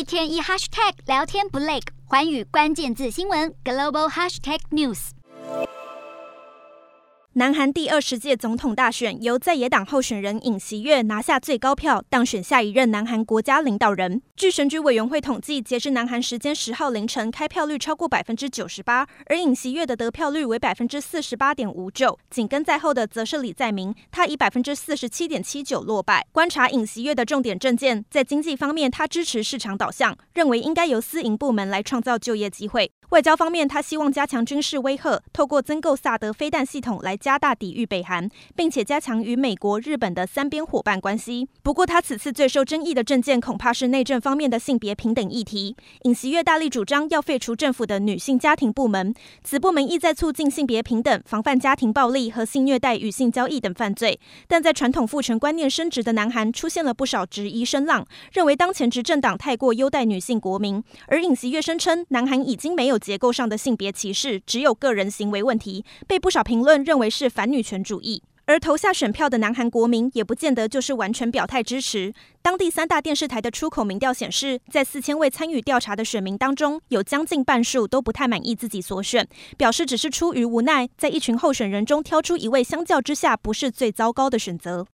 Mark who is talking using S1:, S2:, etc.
S1: 天一 hashtag 聊天不累，寰宇关键字新闻 global hashtag news。
S2: 南韩第20届总统大选由在野党候选人尹锡悦拿下最高票，当选下一任南韩国家领导人。据选举委员会统计，截至南韩时间10号凌晨，开票率超过 98%， 而尹锡悦的得票率为 48.59%， 紧跟在后的则是李在明，他以 47.79% 落败。观察尹锡悦的重点政见，在经济方面，他支持市场导向，认为应该由私营部门来创造就业机会。外交方面，他希望加强军事威吓，透过增购萨德飞弹系统来加大抵御北韩，并且加强与美国、日本的三边伙伴关系。不过，他此次最受争议的政见恐怕是内政方面的性别平等议题。尹锡悦大力主张要废除政府的女性家庭部门，此部门意在促进性别平等，防范家庭暴力和性虐待与性交易等犯罪。但在传统父权观念升值的南韩，出现了不少质疑声浪，认为当前执政党太过优待女性国民。而尹锡悦声称，南韩已经没有结构上的性别歧视，只有个人行为问题，被不少评论认为是反女权主义。而投下选票的南韩国民也不见得就是完全表态支持。当地3大电视台的出口民调显示，在4000位参与调查的选民当中，有将近半数都不太满意自己所选，表示只是出于无奈，在一群候选人中挑出一位相较之下不是最糟糕的选择。